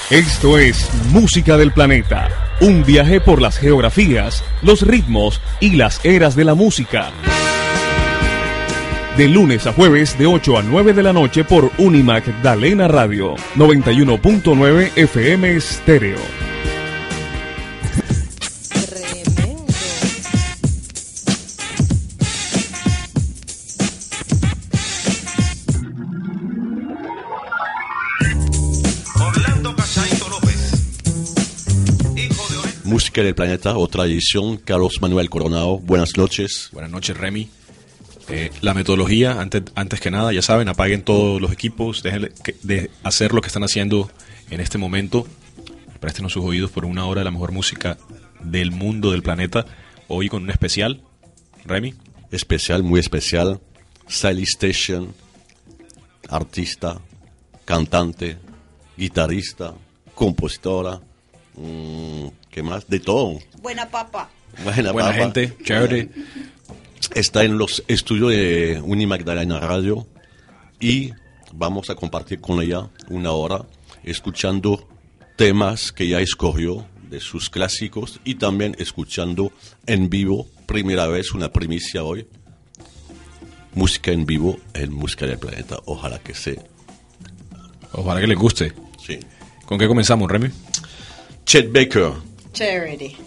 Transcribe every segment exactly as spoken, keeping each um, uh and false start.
Esto es Música del Planeta, un viaje por las geografías, los ritmos y las eras de la música. De lunes a jueves de ocho a nueve de la noche por Unimagdalena Radio, noventa y uno punto nueve F M Estéreo. Música del Planeta, otra edición. Carlos Manuel Coronado, buenas noches. Buenas noches, Remy. Eh, la metodología, antes, antes que nada, ya saben, apaguen todos los equipos, dejen de hacer lo que están haciendo en este momento. Préstenos sus oídos por una hora de la mejor música del mundo, del planeta. Hoy con un especial, Remy. Especial, muy especial. Sally Station, artista, cantante, guitarrista, compositora. Mm, ¿Qué más? De todo. Buena papa. Buena, Buena papa. gente, chévere. Está en los estudios de Unimagdalena Radio y vamos a compartir con ella una hora escuchando temas que ella escogió de sus clásicos y también escuchando en vivo, primera vez, una primicia hoy, música en vivo en Música del Planeta. Ojalá que sea. Ojalá que les guste. Sí. ¿Con qué comenzamos, Remy? Chet Baker. Charity.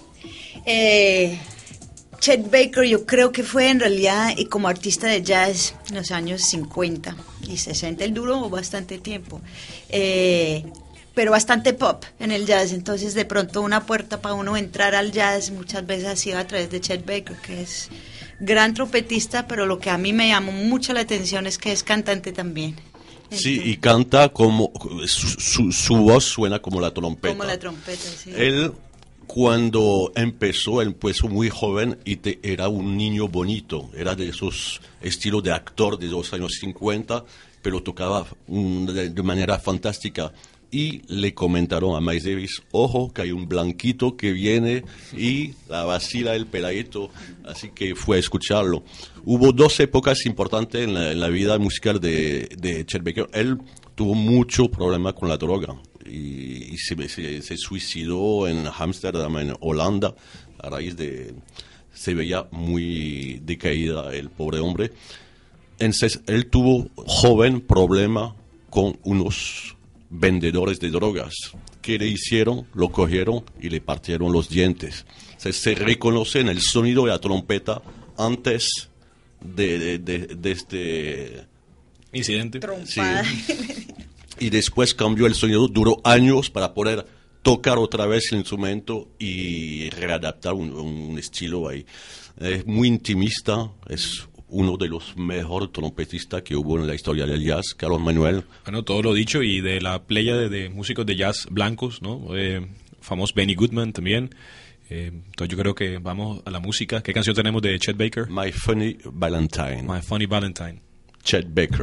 Eh, Chet Baker yo creo que fue en realidad eh, como artista de jazz en los años cincuenta y sesenta. Él duró bastante tiempo. Eh, pero bastante pop en el jazz. Entonces de pronto una puerta para uno entrar al jazz muchas veces ha sido a través de Chet Baker, que es gran trompetista, pero lo que a mí me llamó mucho la atención es que es cantante también. Sí, y canta como, su, su, su voz suena como la trompeta. Como la trompeta, sí. Él, cuando empezó, él empezó muy joven y te, era un niño bonito, era de esos estilos de actor de los años cincuenta, pero tocaba um, de, de manera fantástica. Y le comentaron a Miles Davis, ojo, que hay un blanquito que viene y la vacila el peladito, así que fue a escucharlo. Hubo dos épocas importantes en la, en la vida musical de, de Chet Baker. Él tuvo mucho problema con la droga y, y se, se, se suicidó en Ámsterdam, en Holanda, a raíz de... se veía muy decaída el pobre hombre. Entonces, él tuvo joven problema con unos vendedores de drogas. ¿Qué le hicieron? Lo cogieron y le partieron los dientes. Se, se reconoce en el sonido de la trompeta antes de, de, de, de este incidente. Trompada. Sí. Y después cambió el sonido, duró años para poder tocar otra vez el instrumento y readaptar un, un estilo ahí. Es muy intimista, es uno de los mejores trompetistas que hubo en la historia del jazz, Carlos Manuel. Bueno, todo lo dicho, y de la playa de, de músicos de jazz blancos, ¿no? Eh, famoso Benny Goodman también. Eh, entonces yo creo que vamos a la música. ¿Qué canción tenemos de Chet Baker? My Funny Valentine. My Funny Valentine. Chet Baker.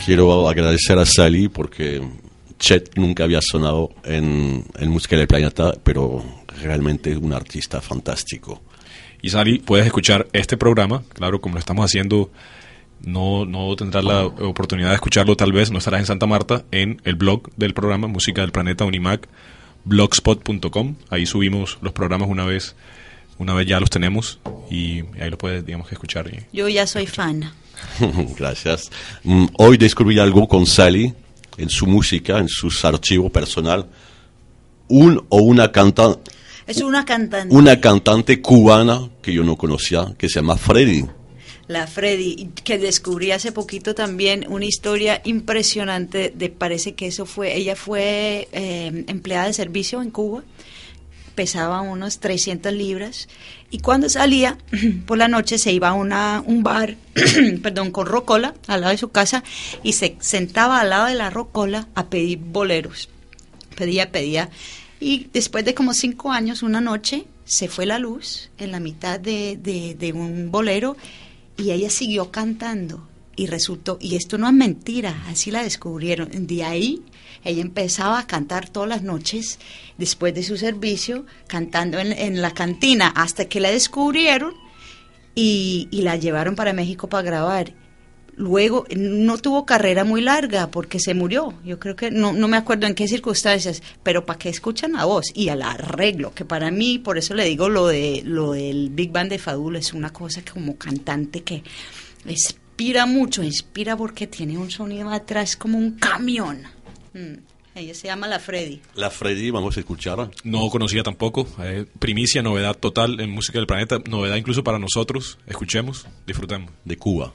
quiero agradecer a Sally porque Chet nunca había sonado en, en Música del Planeta, pero realmente un artista fantástico. Y Sally, puedes escuchar este programa, claro, como lo estamos haciendo, no, no tendrás la oportunidad de escucharlo, tal vez no estarás en Santa Marta, en el blog del programa Música del Planeta Unimac, blogspot punto com. Ahí subimos los programas una vez, una vez ya los tenemos y ahí los puedes, digamos, escuchar. Y, Yo ya soy fan. Gracias. Mm, Hoy descubrí algo con Sally en su música, en sus archivos personal, un o una cantante. Es una cantante. Una cantante cubana que yo no conocía, que se llama Freddy. La Freddy, que descubrí hace poquito también una historia impresionante de, parece que eso fue, ella fue eh, empleada de servicio en Cuba, pesaba unos trescientas libras, y cuando salía por la noche se iba a una, un bar, perdón, con rocola al lado de su casa, y se sentaba al lado de la rocola a pedir boleros, pedía, pedía, y después de como cinco años, una noche, se fue la luz en la mitad de, de, de un bolero, y ella siguió cantando, y resultó, y esto no es mentira, así la descubrieron, de ahí ella empezaba a cantar todas las noches, después de su servicio, cantando en, en la cantina, hasta que la descubrieron, y, y la llevaron para México para grabar. Luego no tuvo carrera muy larga porque se murió, yo creo que, no, no me acuerdo en qué circunstancias, pero para que escuchan la voz y al arreglo, que para mí, por eso le digo lo de lo del Big Band de Fadul, es una cosa que como cantante que inspira mucho, inspira porque tiene un sonido atrás como un camión. Mm. Ella se llama La Freddy. La Freddy, vamos a escucharla. No conocía tampoco, eh, primicia, novedad total en Música del Planeta, novedad incluso para nosotros. Escuchemos, disfrutemos. De Cuba.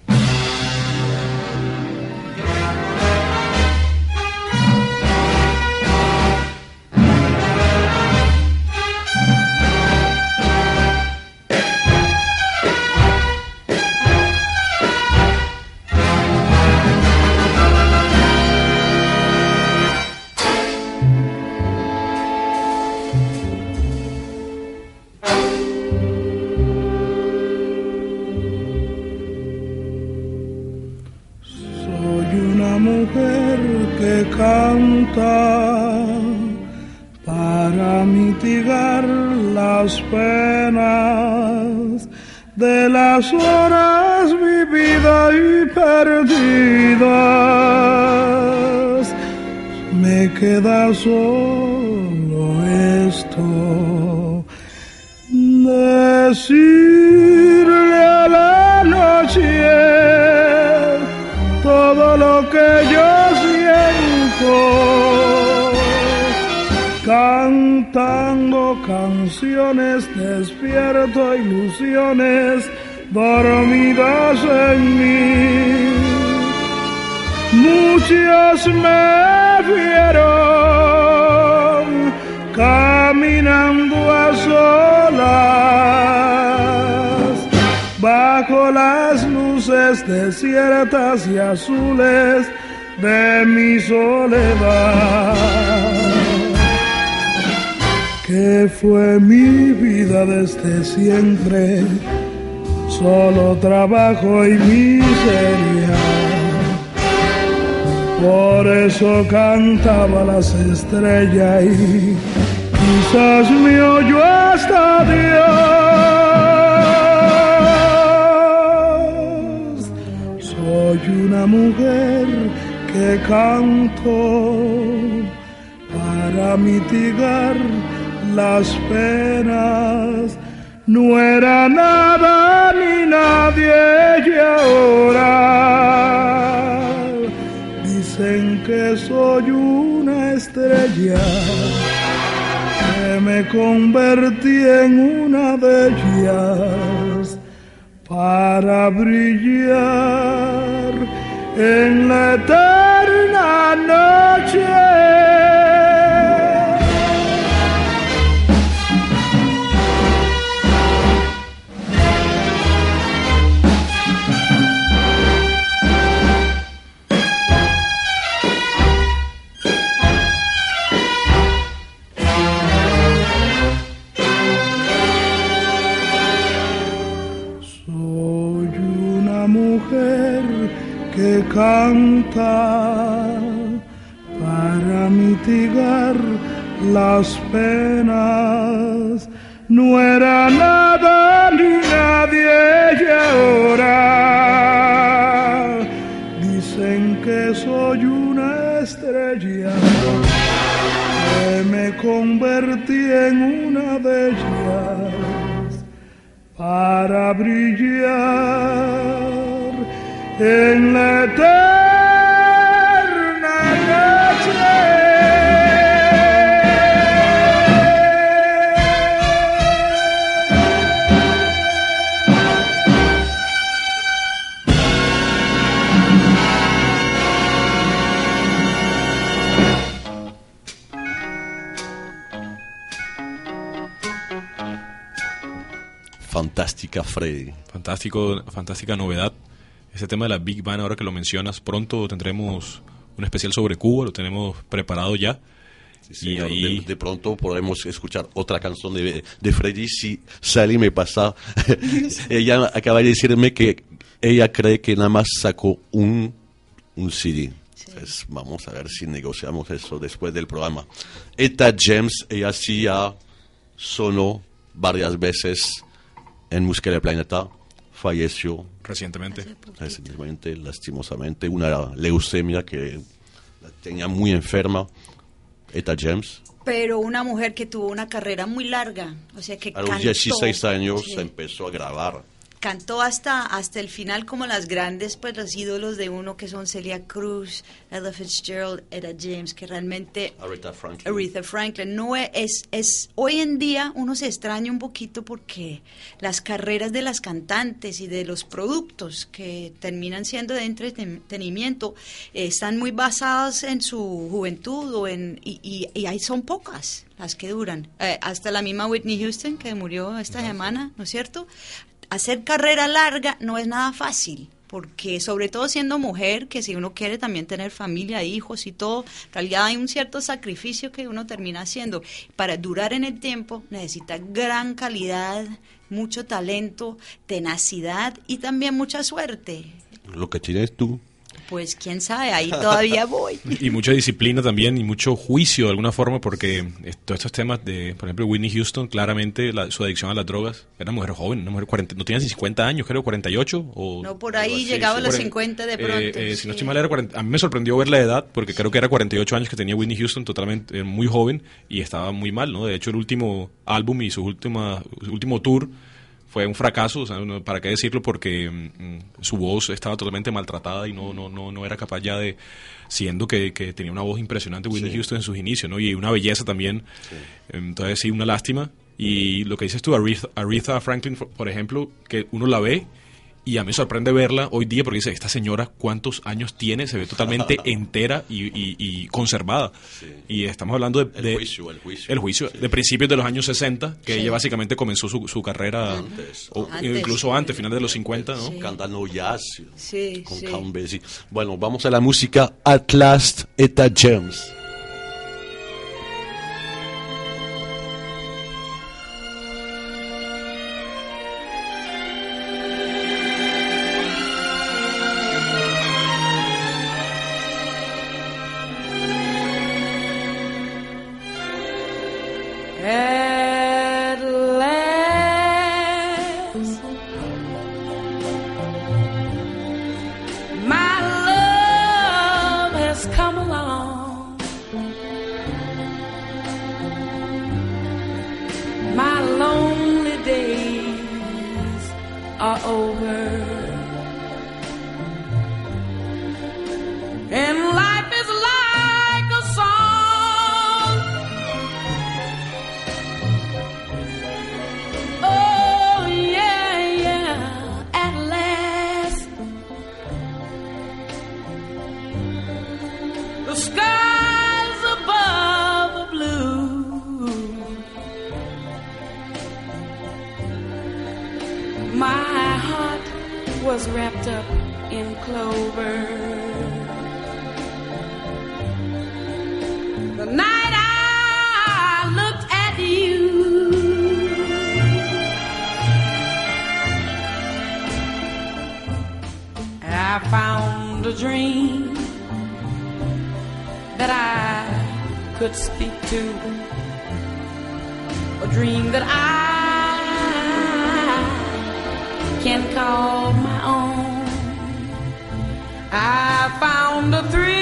Canta para mitigar las penas de las horas vividas y perdidas. Me queda solo esto, decirle a la noche todo lo que yo cantando canciones despierto ilusiones dormidas en mí. Muchos me vieron caminando a solas bajo las luces desiertas y azules de mi soledad, que fue mi vida desde siempre, solo trabajo y miseria. Por eso cantaba las estrellas y quizás me oyó hasta Dios. Soy una mujer que canto para mitigar las penas. No era nada ni nadie y ahora dicen que soy una estrella, que me convertí en una de ellas para brillar en la eterna noche. Soy una mujer que canta para mitigar las penas. No era nada ni nadie y ahora dicen que soy una estrella, que me convertí en una de ellas para brillar en la eterna noche. Fantástica, Freddy. Fantástico, fantástica novedad. Ese tema de la Big Band, ahora que lo mencionas, pronto tendremos un especial sobre Cuba, lo tenemos preparado ya. Sí, y ahí... de, de pronto podremos escuchar otra canción de, de Freddy si Sally me pasa. Ella acaba de decirme que ella cree que nada más sacó un, un C D. Sí. Entonces, vamos a ver si negociamos eso después del programa. Etta James, ella sí ya sonó varias veces en Música del Planeta, falleció recientemente, recientemente, lastimosamente, una leucemia que la tenía muy enferma, Etta James. Pero una mujer que tuvo una carrera muy larga, o sea que a los cantó, dieciséis años sí. empezó a grabar. Cantó hasta, hasta el final como las grandes, pues los ídolos de uno que son Celia Cruz, Ella Fitzgerald, Etta James, que realmente... Aretha Franklin. Aretha Franklin. No es, es, hoy en día uno se extraña un poquito porque las carreras de las cantantes y de los productos que terminan siendo de entretenimiento eh, están muy basados en su juventud o en, y, y, y ahí son pocas las que duran. Eh, hasta la misma Whitney Houston que murió esta uh-huh. semana, ¿no es cierto? Hacer carrera larga no es nada fácil, porque sobre todo siendo mujer, que si uno quiere también tener familia, hijos y todo, en realidad hay un cierto sacrificio que uno termina haciendo. Para durar en el tiempo necesita gran calidad, mucho talento, tenacidad y también mucha suerte. Lo que tienes tú. Pues quién sabe, ahí todavía voy. Y mucha disciplina también y mucho juicio de alguna forma, porque todos estos temas de, por ejemplo, Whitney Houston, claramente la, su adicción a las drogas, era una mujer joven, una mujer cuarenta, no tenía ni cincuenta años, creo, cuarenta y ocho. O, no, por ahí sí, llegaba sí, a los cincuenta de pronto. Eh, eh, sí. Si no estoy mal, era cuarenta, a mí me sorprendió ver la edad, porque creo que era cuarenta y ocho años que tenía Whitney Houston, totalmente eh, muy joven, y estaba muy mal, ¿no? De hecho, el último álbum y su, última, su último tour fue un fracaso, o sea, no, para qué decirlo, porque mm, su voz estaba totalmente maltratada y no no no no era capaz ya de, siendo que, que tenía una voz impresionante Whitney sí. Houston en sus inicios, ¿no? Y una belleza también. Sí. Entonces sí, una lástima. Y lo que dices tú, Aretha, Aretha Franklin, por ejemplo, que uno la ve y a mí me sorprende verla hoy día porque dice, esta señora cuántos años tiene, se ve totalmente entera y, y, y conservada. Sí. Y estamos hablando de... de el juicio, el juicio. El juicio, sí. de principios de los años sesenta, que sí. ella básicamente comenzó su, su carrera, antes, o antes, incluso sí. antes, finales de los cincuenta, ¿no? Sí. Cantando jazz sí, con sí. Count Basie. Bueno, vamos a la música. At Last, Etta James. At last, my love has come along. My lonely days are over, and life is like a song. Oh yeah, yeah, at last the skies above are blue. My heart was wrapped up in clover. The night I looked at you, I found found a dream that I could speak to, a dream that I can call my own. I found a thrill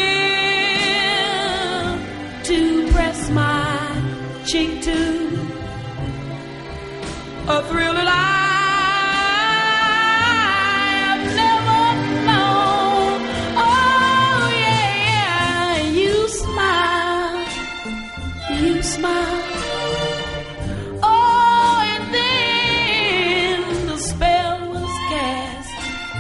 to press my cheek to, a thrill that I smile. Oh, and then the spell was cast,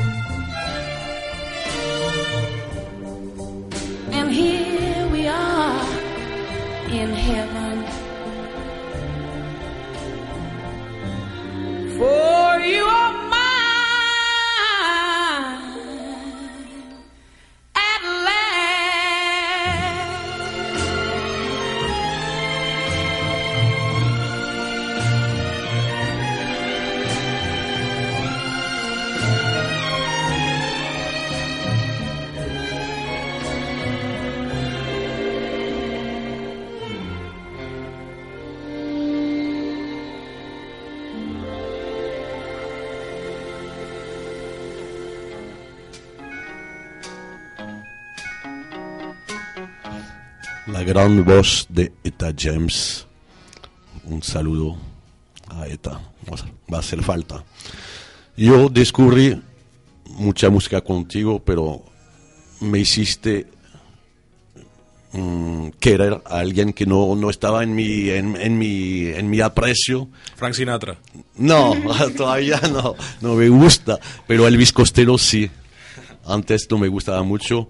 and here we are in heaven. For you are mine at last. La gran voz de Etta James. Un saludo a Etta, va a hacer falta. Yo descubrí mucha música contigo, pero me hiciste um, querer a alguien que no, no estaba en mi, en, en, mi, en mi aprecio. Frank Sinatra. No, todavía no, no me gusta, pero Elvis Costello sí. Antes no me gustaba mucho.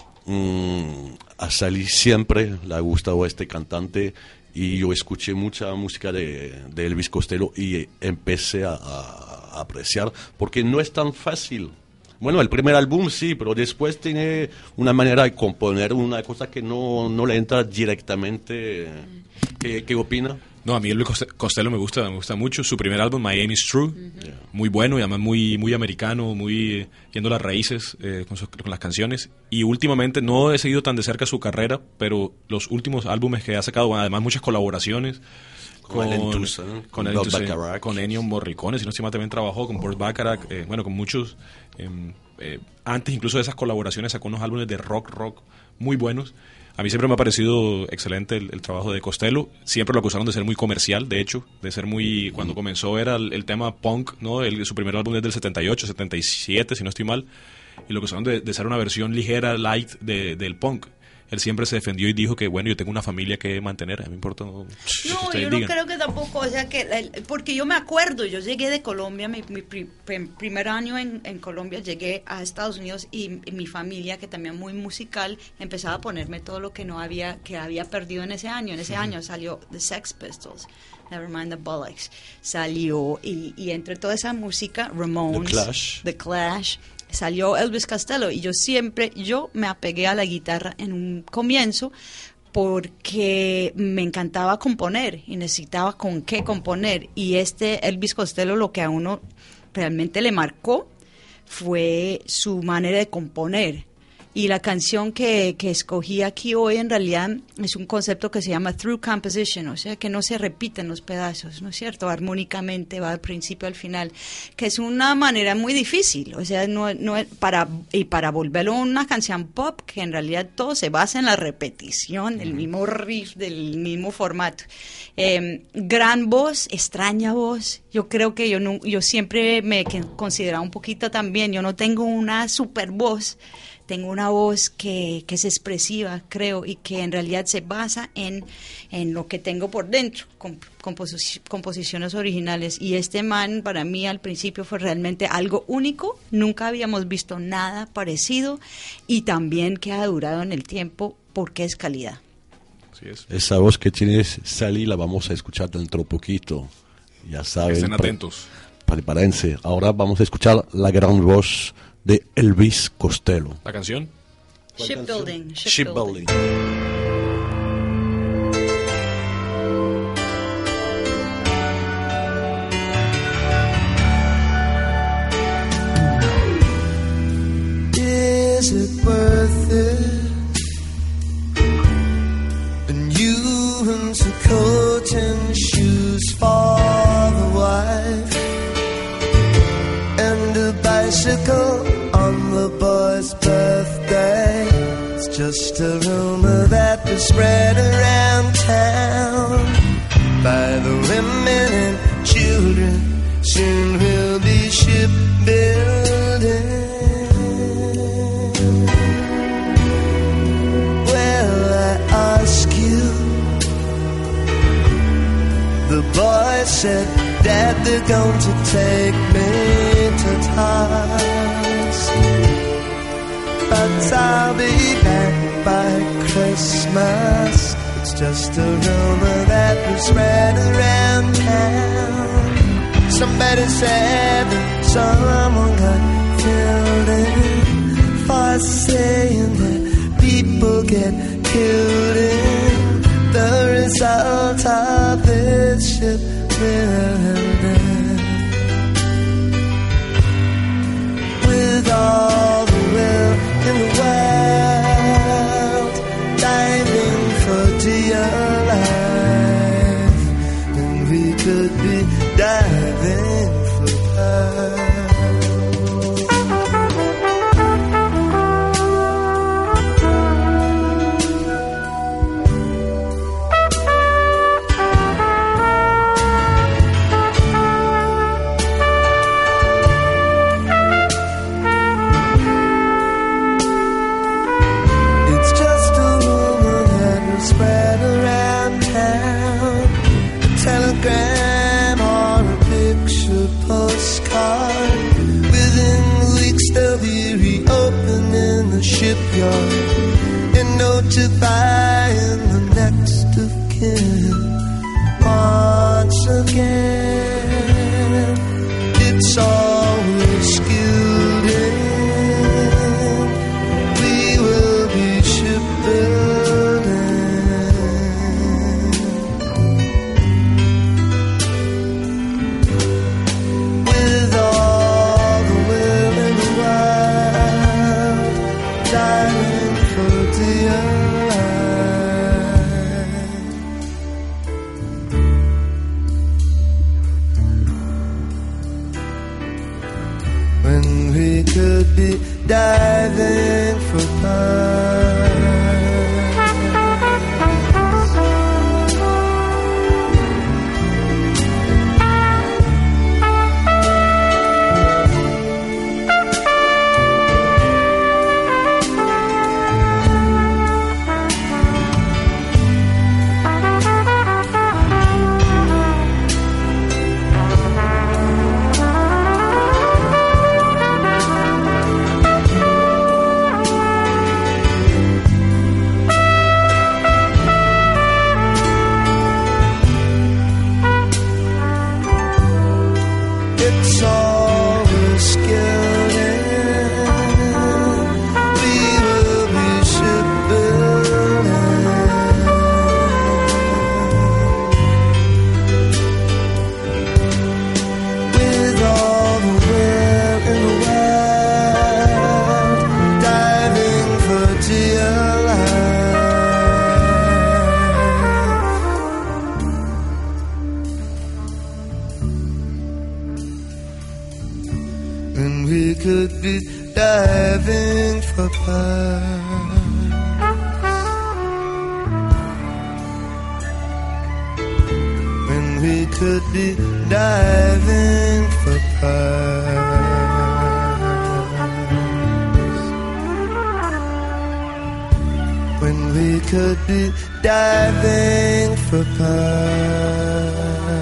Mm, a Sally siempre le ha gustado este cantante y yo escuché mucha música de, de Elvis Costello y empecé a, a, a apreciar, porque no es tan fácil. Bueno, el primer álbum sí, pero después tiene una manera de componer una cosa que no, no le entra directamente. ¿Qué, qué opina? No, a mí Elvis Costello me gusta, me gusta mucho. Su primer álbum, My Aim Is True, uh-huh. yeah. muy bueno y además muy, muy americano, muy eh, yendo a las raíces eh, con, sus, con las canciones. Y últimamente no he seguido tan de cerca su carrera, pero los últimos álbumes que ha sacado, bueno, además muchas colaboraciones con con, con, el Entus, con Ennio Morricone, si no estoy mal, también trabajó con Burt Bacharach, eh, bueno, con muchos. Eh, eh, antes incluso de esas colaboraciones sacó unos álbumes de rock, rock muy buenos. A mí siempre me ha parecido excelente el, el trabajo de Costello. Siempre lo acusaron de ser muy comercial, de hecho, de ser muy... Cuando comenzó era el, el tema punk, ¿no? El, su primer álbum es del setenta y ocho, setenta y siete, si no estoy mal. Y lo acusaron de, de ser una versión ligera, light de, del punk. Él siempre se defendió y dijo que, bueno, yo tengo una familia que mantener, a mí me importa... No, no yo no digan. Creo que tampoco, o sea, que porque yo me acuerdo, yo llegué de Colombia, mi, mi pri, primer año en, en Colombia, llegué a Estados Unidos y, y mi familia, que también muy musical, empezaba a ponerme todo lo que no había, que había perdido en ese año. En ese uh-huh. año salió The Sex Pistols, Nevermind the Bollocks, salió, y, y entre toda esa música, Ramones, The Clash, The Clash salió Elvis Costello, y yo siempre, yo me apegué a la guitarra en un comienzo porque me encantaba componer y necesitaba con qué componer, y este Elvis Costello lo que a uno realmente le marcó fue su manera de componer. Y la canción que, que escogí aquí hoy en realidad es un concepto que se llama through composition, o sea que no se repiten los pedazos, ¿no es cierto? Armónicamente va al principio al final, que es una manera muy difícil, o sea, no, no para y para volverlo una canción pop, que en realidad todo se basa en la repetición del mismo riff, del mismo formato. Eh, gran voz, extraña voz. Yo creo que yo no, yo siempre me he considerado un poquito también, yo no tengo una super voz. Tengo una voz que, que es expresiva, creo, y que en realidad se basa en, en lo que tengo por dentro, comp- composi- composiciones originales. Y este man, para mí, al principio fue realmente algo único. Nunca habíamos visto nada parecido, y también que ha durado en el tiempo porque es calidad. Así es. Esa voz que tienes, Sally, la vamos a escuchar dentro de poquito. Ya saben. Estén atentos. Pre- prepárense. Ahora vamos a escuchar la gran voz de Elvis Costello. ¿La canción? Shipbuilding. Shipbuilding. Is it icicle on the boy's birthday. It's just a rumor that was spread around town by the women and children. Soon we'll be shipbuilding. Well, I ask you, the boy said, Dad, they're going to take me to task, but I'll be back by Christmas. It's just a rumor that was spread around town. Somebody said that someone got killed in for saying that people get killed in the result of this shipbuilding. With all the will in the world, diving for dear life, and we could be diving for pearls. Shipyard and notifying the next of kin. Once again, it's always skilled in. We will be shipbuilding. With all the will in the world, diving for dear life. When we could be diving for pearls. It's always skilled in. We will be shipbuilding. With all the will in the world, diving for dear life. And we could be diving for pearls. When we could be diving for pearls. When we could be diving for pearls.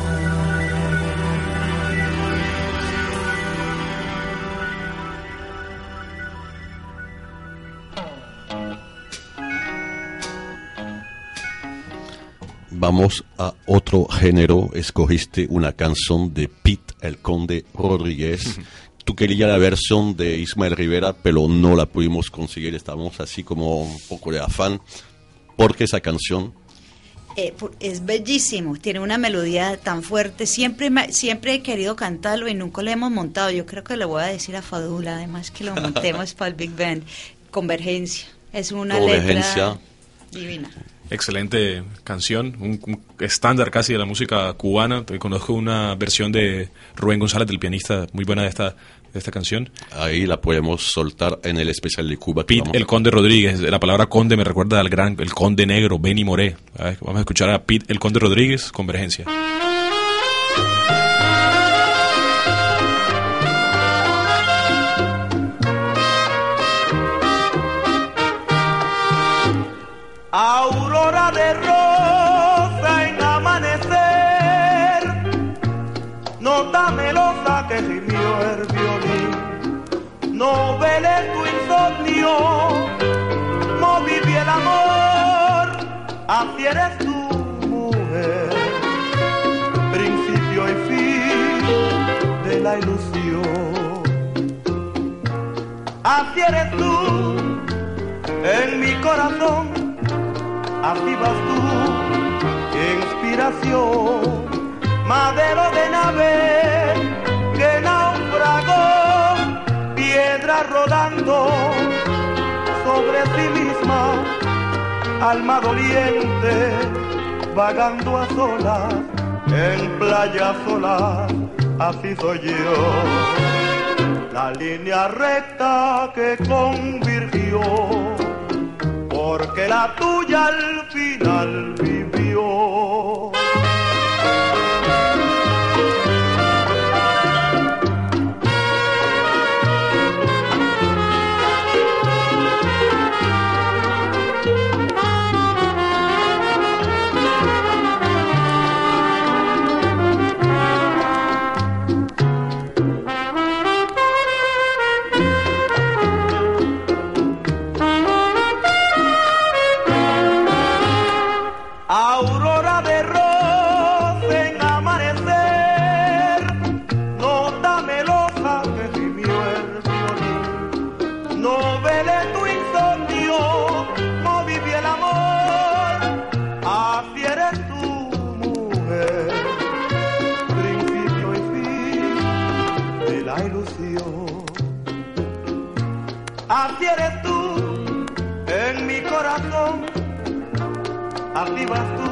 Vamos a otro género. Escogiste una canción de Pete el Conde Rodríguez. Tú querías la versión de Ismael Rivera, pero no la pudimos conseguir. Estábamos así como un poco de afán. ¿Por qué esa canción? Eh, es bellísimo, tiene una melodía tan fuerte. Siempre, me, siempre he querido cantarlo y nunca lo hemos montado. Yo creo que le voy a decir a Fadula, además, que lo montemos para el Big Band. Convergencia. Es una Convergencia. letra divina. Excelente canción, un, un estándar casi de la música cubana. Conozco una versión de Rubén González, del pianista, muy buena de esta, de esta canción. Ahí la podemos soltar en el especial de Cuba. Pete el Conde Rodríguez. La palabra conde me recuerda al gran, el conde negro, Benny Moré. Vamos a escuchar a Pete el Conde Rodríguez, Convergencia. Aurora de rosa en amanecer, nota melosa que gimió el violín, no vele tu insomnio, moviví el amor, así eres tu mujer, principio y fin de la ilusión, así eres tú en mi corazón. Así vas tú, inspiración, madero de nave que naufragó, piedra rodando sobre sí misma, alma doliente, vagando a solas, en playa solas, así soy yo, la línea recta que convirtió, porque la tuya al final vivió. Aurora de rosa en amanecer, nota melosa que gimió el violín, no vele tu insomnio, moviví el amor, así eres tu mujer, principio y fin de la ilusión, así eres tú en mi corazón. Así vas tú,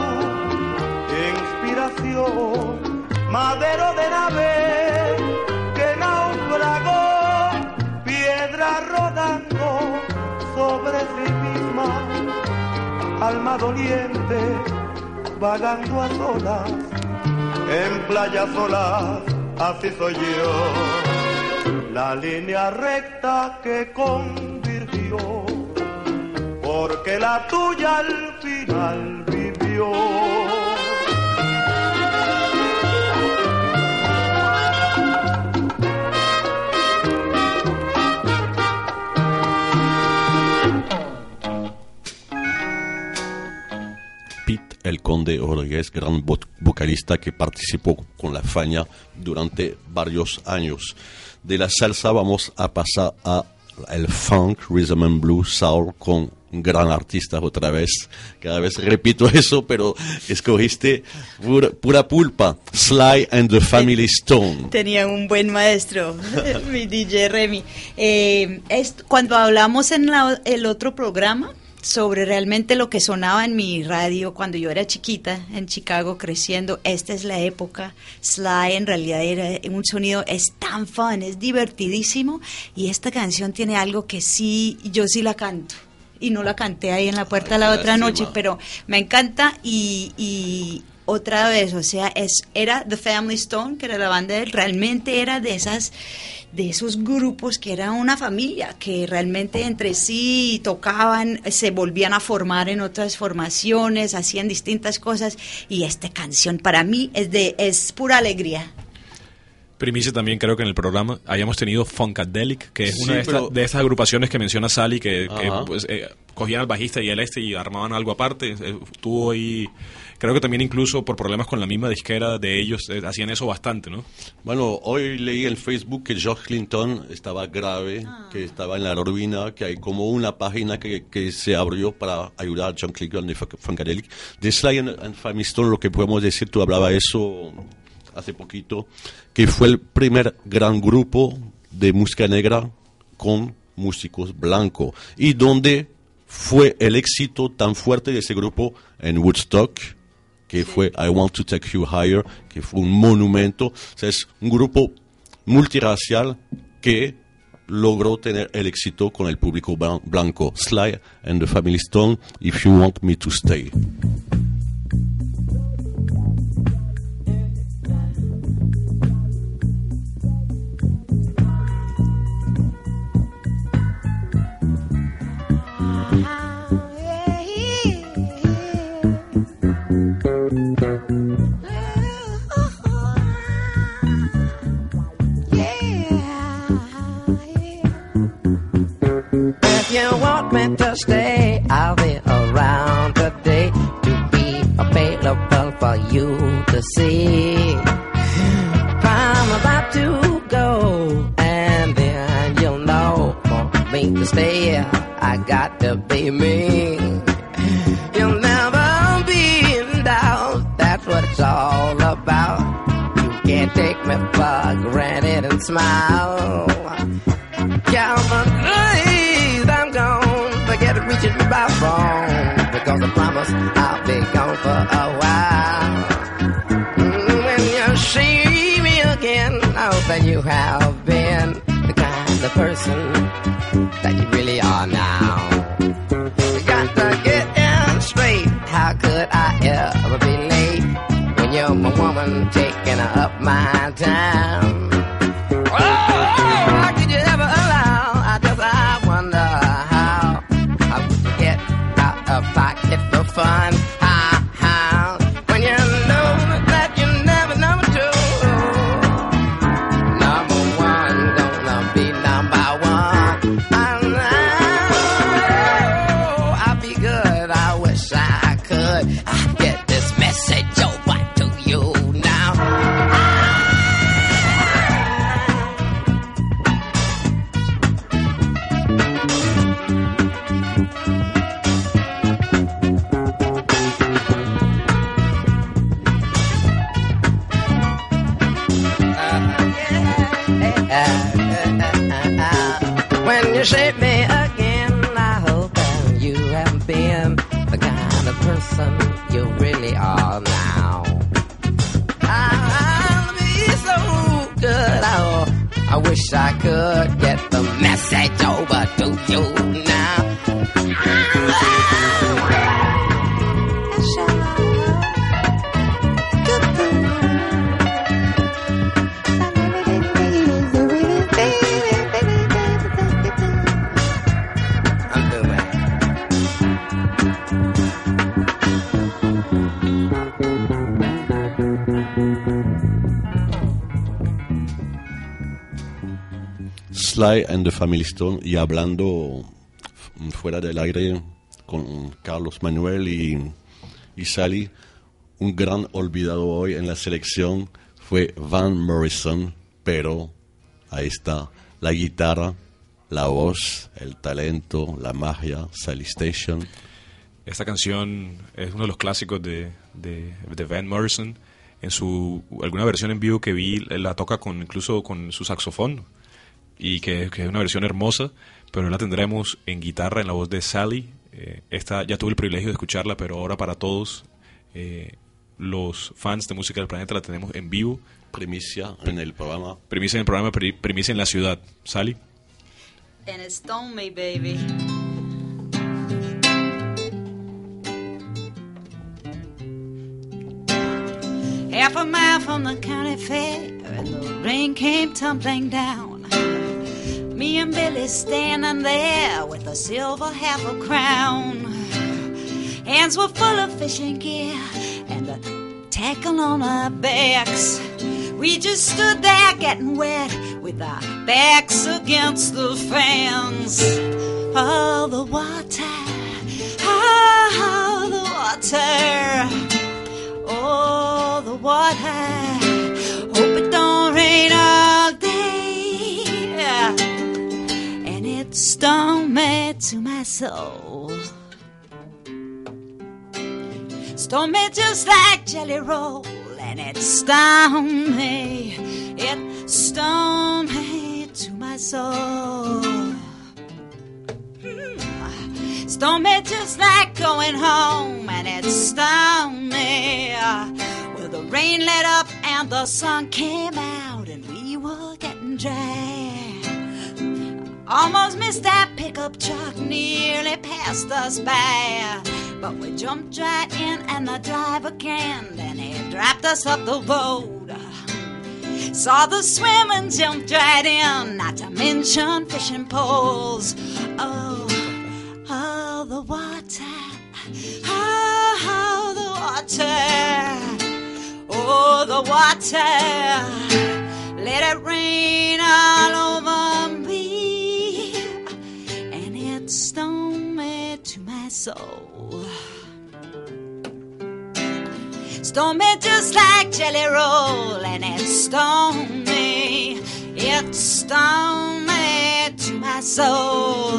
inspiración, madero de nave que naufragó, piedra rodando sobre sí misma, alma doliente, vagando a solas, en playas solas, así soy yo, la línea recta que convirtió, porque la tuya al final vivió. Pete el Conde Rodríguez, gran vocalista que participó con la Fania durante varios años. De la salsa vamos a pasar a el funk, rhythm and blues, soul, con un gran artista otra vez. Cada vez repito eso, pero escogiste pura, pura pulpa. Sly and the Family Stone. Tenía un buen maestro, mi D J Remy. Eh, es, cuando hablamos en la, el otro programa sobre realmente lo que sonaba en mi radio cuando yo era chiquita en Chicago creciendo, esta es la época. Sly en realidad era un sonido, es tan fun, es divertidísimo, y esta canción tiene algo que sí, yo sí la canto. Y no la canté ahí en la puerta Ay, la otra lástima. noche, pero me encanta. Y, y otra vez, o sea, es era The Family Stone, que era la banda de él, realmente era de esas de esos grupos que era una familia, que realmente entre sí tocaban, se volvían a formar en otras formaciones, hacían distintas cosas, y esta canción para mí es de es pura alegría. Primicia también, creo que en el programa hayamos tenido Funkadelic, que es Sí, una de, pero- estas, de estas agrupaciones que menciona Sally, que, que, Ajá. pues, eh, cogían al bajista y al este y armaban algo aparte. Eh, tuvo ahí, creo que también incluso por problemas con la misma disquera de ellos, eh, hacían eso bastante, ¿no? Bueno, hoy leí en Facebook que George Clinton estaba grave, que estaba en la ruina, que hay como una página que, que se abrió para ayudar a John Clinton de Funk- Funkadelic. De Sly and, and Family Stone, lo que podemos decir, tú hablabas eso hace poquito, que fue el primer gran grupo de música negra con músicos blancos, y donde fue el éxito tan fuerte de ese grupo en Woodstock, que fue I Want to Take You Higher, que fue un monumento. O sea, es un grupo multirracial que logró tener el éxito con el público blanco. Sly and the Family Stone, If You Want Me to Stay. To stay, I'll be around today to be available for you to see. I'm about to go, and then you'll know for me to stay, I got to be me. You'll never be in doubt, that's what it's all about. You can't take me for granted and smile. Calvin, please, I'm gone. Forget reaching my phone, because I promise I'll be gone for a while. Mm, when you see me again, I hope that you have been the kind of person that you really are now. You got to get in straight. How could I ever be late when you're my woman taking up my time? Oh, how could you ever allow? I just I wonder how. A pocket for fun, how, how, when you know that you're never number two. Number one, gonna be number one. I know I'll be good, I wish I could. I get this message over to you now. When you shape me again, I hope that you have been the kind of person you really are now. I'll be so good, oh, I wish I could get the message over to you now. Sly and the Family Stone, y hablando fuera del aire con Carlos Manuel y, y Sally, un gran olvidado hoy en la selección fue Van Morrison, pero ahí está la guitarra, la voz, el talento, la magia, Sally Station. Esta canción es uno de los clásicos de, de, de Van Morrison. En su alguna versión en vivo que vi, la toca con incluso con su saxofón, y que, que es una versión hermosa, pero la tendremos en guitarra en la voz de Sally. Eh, esta ya tuve el privilegio de escucharla, pero ahora para todos eh, los fans de Música del Planeta la tenemos en vivo. Primicia en el programa. Primicia en el programa, primicia en la ciudad. Sally. And it's Stone Me, baby. Half a mile from the county fair, and the rain came tumbling down. Me and Billy standing there with a silver half a crown. Hands were full of fishing gear and a tackle on our backs. We just stood there getting wet with our backs against the fence. Oh, the water, oh, the water, oh, the water. Hope it don't rain all day. And it stung me to my soul. Stung me just like Jelly Roll, and it stung me, it stung me to my soul. Hmm. Stoned me just like going home, and it stoned me. Well, the rain let up and the sun came out, and we were getting dry. Almost missed that pickup truck, nearly passed us by. But we jumped right in and the driver canned, and he dropped us up the road. Saw the swimming, jumped right in, not to mention fishing poles. Oh, oh, the water, oh, oh, the water, oh, the water. Let it rain all over me, and it stoned me to my soul. Stoned me just like Jelly Roll, and it stoned me, it stoned me to my soul.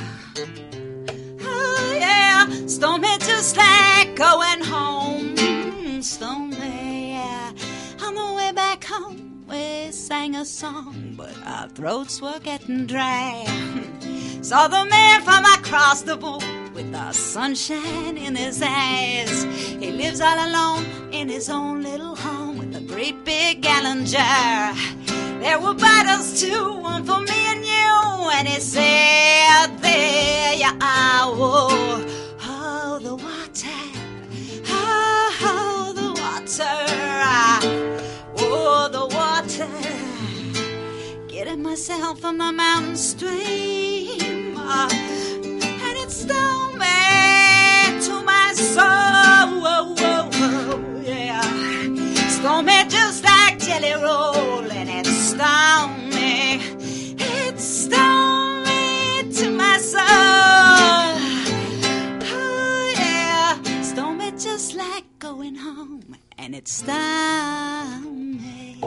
Oh yeah, stoned me just like going home, stoned me, yeah. On the way back home, we sang a song, but our throats were getting dry. Saw the man from across the boat with the sunshine in his eyes. He lives all alone in his own little home with a great big gallon jar. There were bottles too, one for me and you. And he said, there you are, oh, oh, the water, oh, oh, the water, oh, the water. Getting myself from the mountain stream, uh, and it stoned me to my soul, oh, oh, oh, yeah. Stoned me just like Jelly Roll, and it stoned me, it stoned me to my soul, oh yeah. Stoned me just like going home, and it stoned me.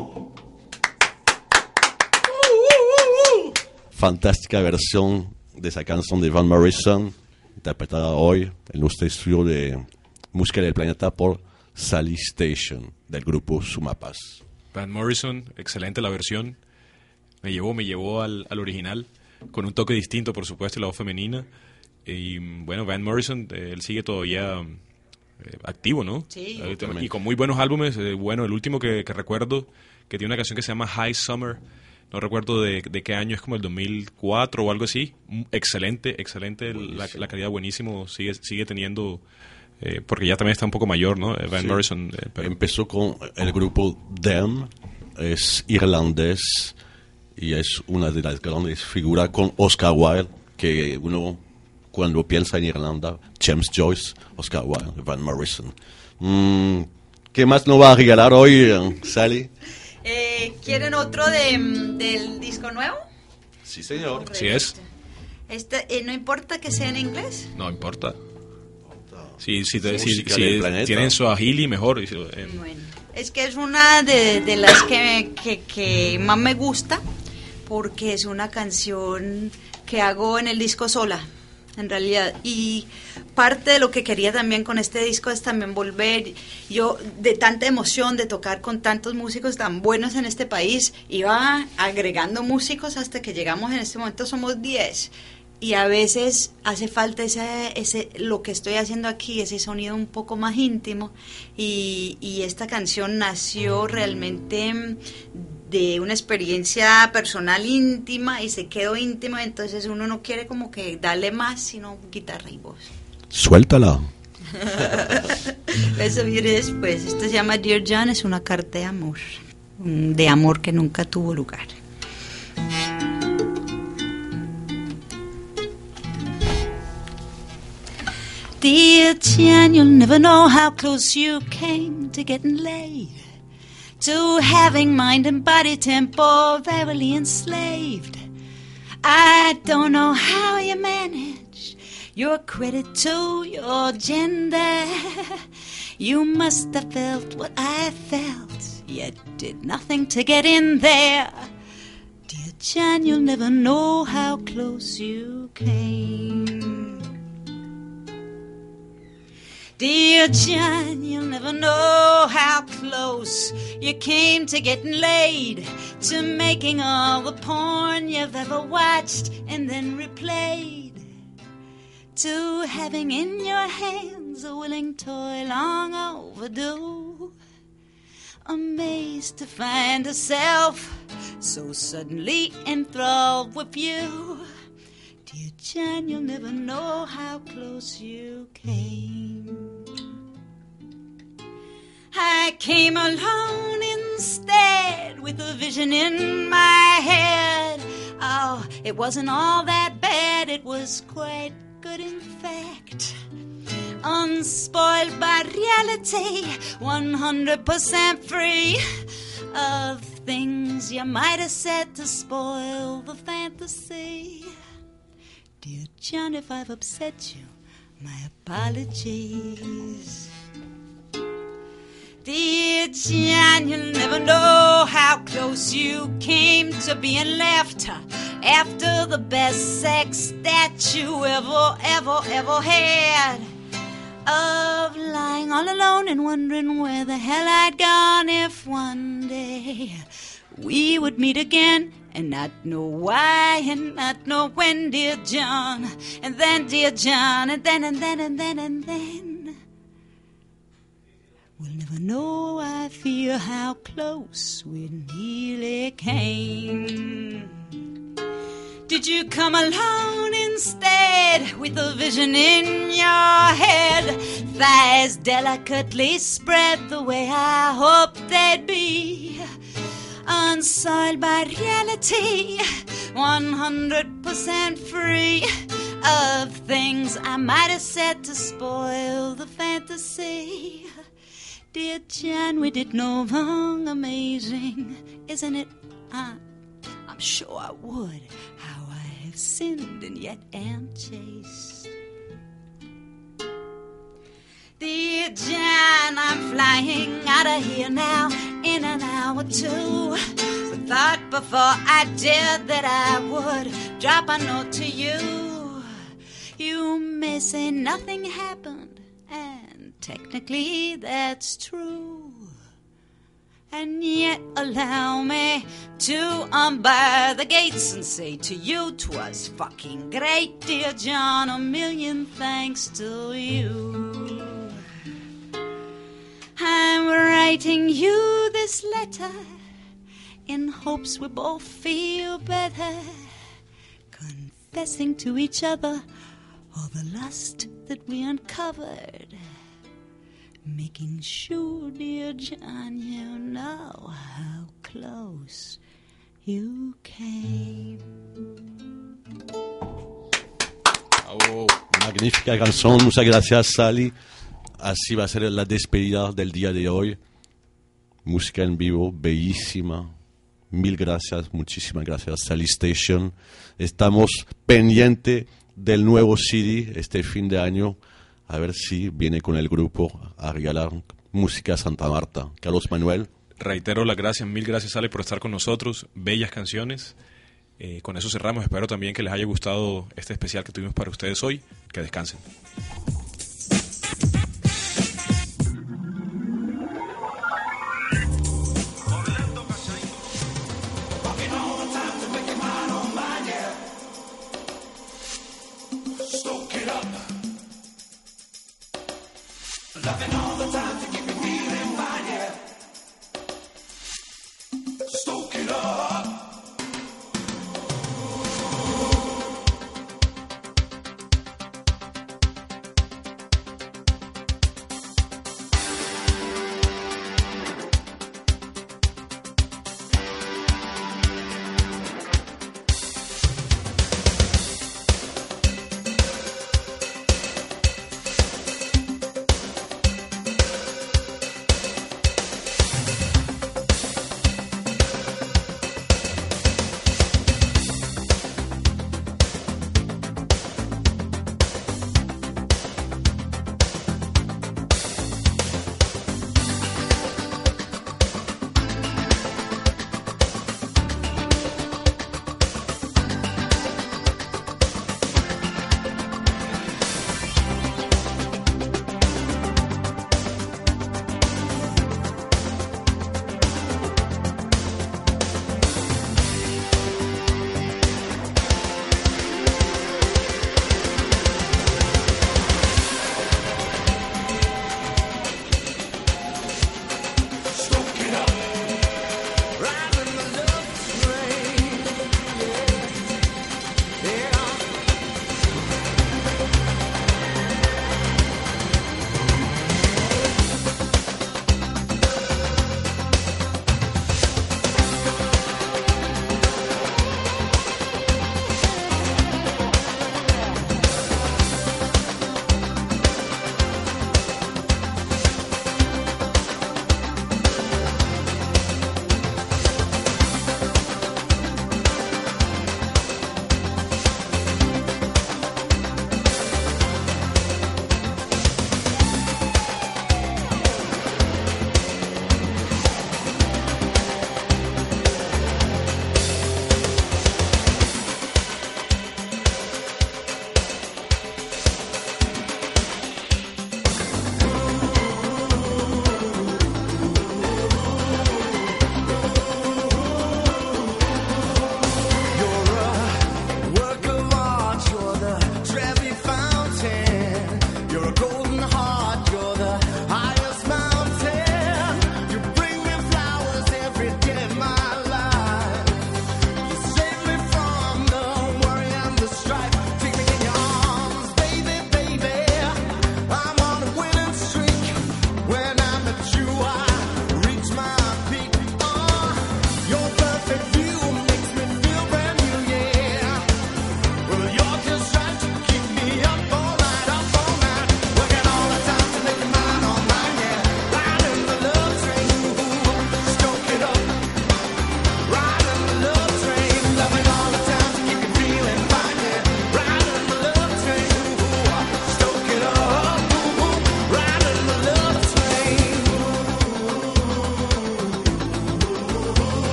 Fantástica versión de esa canción de Van Morrison, interpretada hoy en nuestro estudio de Música del Planeta por Sally Station, del grupo Sumapaz. Van Morrison, excelente la versión. Me llevó, me llevó al, al original, con un toque distinto, por supuesto, la voz femenina. Y bueno, Van Morrison, eh, él sigue todavía eh, activo, ¿no? Sí. Eh, y con muy buenos álbumes. Eh, bueno, el último que, que recuerdo, que tiene una canción que se llama High Summer. No recuerdo de, de qué año, es como el dos mil cuatro o algo así. Excelente, excelente, la, la calidad buenísimo, sigue sigue teniendo, eh, porque ya también está un poco mayor, ¿no? Van Sí. Morrison. Eh, pero Empezó con el grupo Them, es irlandés y es una de las grandes figuras con Oscar Wilde, que uno cuando piensa en Irlanda, James Joyce, Oscar Wilde, Van Morrison. Mm, ¿Qué más nos va a regalar hoy, eh, Sally? Eh, ¿Quieren otro de, del disco nuevo? Sí, señor. Sí es. Este, eh, ¿no importa que sea en inglés? No importa. Si, si, te- Es si, música si del planeta. tienen Swahili, mejor. Y si- eh, Bueno, es que es una de, de las que, que, que más me gusta, porque es una canción que hago en el disco sola, en realidad. Y parte de lo que quería también con este disco es también volver. Yo, de tanta emoción de tocar con tantos músicos tan buenos en este país, iba agregando músicos hasta que llegamos, en este momento somos diez. Y a veces hace falta ese, ese, lo que estoy haciendo aquí, ese sonido un poco más íntimo. Y, y esta canción nació realmente de una experiencia personal íntima y se quedó íntima, entonces uno no quiere como que darle más, sino guitarra y voz. Suéltala. Eso viene después. Esto se llama Dear John, es una carta de amor, de amor que nunca tuvo lugar. Dear Jan, you'll never know how close you came to getting laid, to having mind and body temporarily enslaved. I don't know how you manage your credit to your gender. You must have felt what I felt, yet did nothing to get in there. Dear Jan, you'll never know how close you came. Dear John, you'll never know how close you came to getting laid, to making all the porn you've ever watched and then replayed, to having in your hands a willing toy long overdue. Amazed to find herself so suddenly enthralled with you. Dear John, you'll never know how close you came. I came alone instead with a vision in my head. Oh, it wasn't all that bad, it was quite good in fact. Unspoiled by reality, one hundred percent free of things you might have said to spoil the fantasy. Dear John, if I've upset you, my apologies. Dear John, you'll never know how close you came to being left after the best sex that you ever, ever, ever had. Of lying all alone and wondering where the hell I'd gone if one day we would meet again and not know why and not know when, dear John. And then, dear John, and then, and then, and then, and then we'll never know, I fear, how close we nearly came. Did you come alone instead with a vision in your head? Thighs delicately spread the way I hoped they'd be. Unsoiled by reality, one hundred percent free of things I might have said to spoil the fantasy. Dear John, we did no wrong, amazing, isn't it? Uh, I'm sure I would. How I have sinned and yet am chaste. Dear John, I'm flying out of here now in an hour or two. But thought before I did that I would drop a note to you. You may say nothing happened, and technically that's true. And yet allow me to unbar the gates and say to you 'twas fucking great, dear John, a million thanks to you. I'm writing you this letter in hopes we both feel better, confessing to each other all the lust that we uncovered. Making sure, dear John, you know how close you came. Oh, magnífica canción, muchas gracias, Sally. Así va a ser la despedida del día de hoy. Música en vivo, bellísima. Mil gracias, muchísimas gracias, Sally Station. Estamos pendientes del nuevo C D este fin de año. A ver si viene con el grupo a regalar música a Santa Marta. Carlos Manuel. Reitero las gracias, mil gracias, Ale, por estar con nosotros. Bellas canciones. Eh, con eso cerramos. Espero también que les haya gustado este especial que tuvimos para ustedes hoy. Que descansen. Loving all the time to keep me feeling fine, yeah. Stoke it up.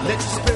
Let your spirit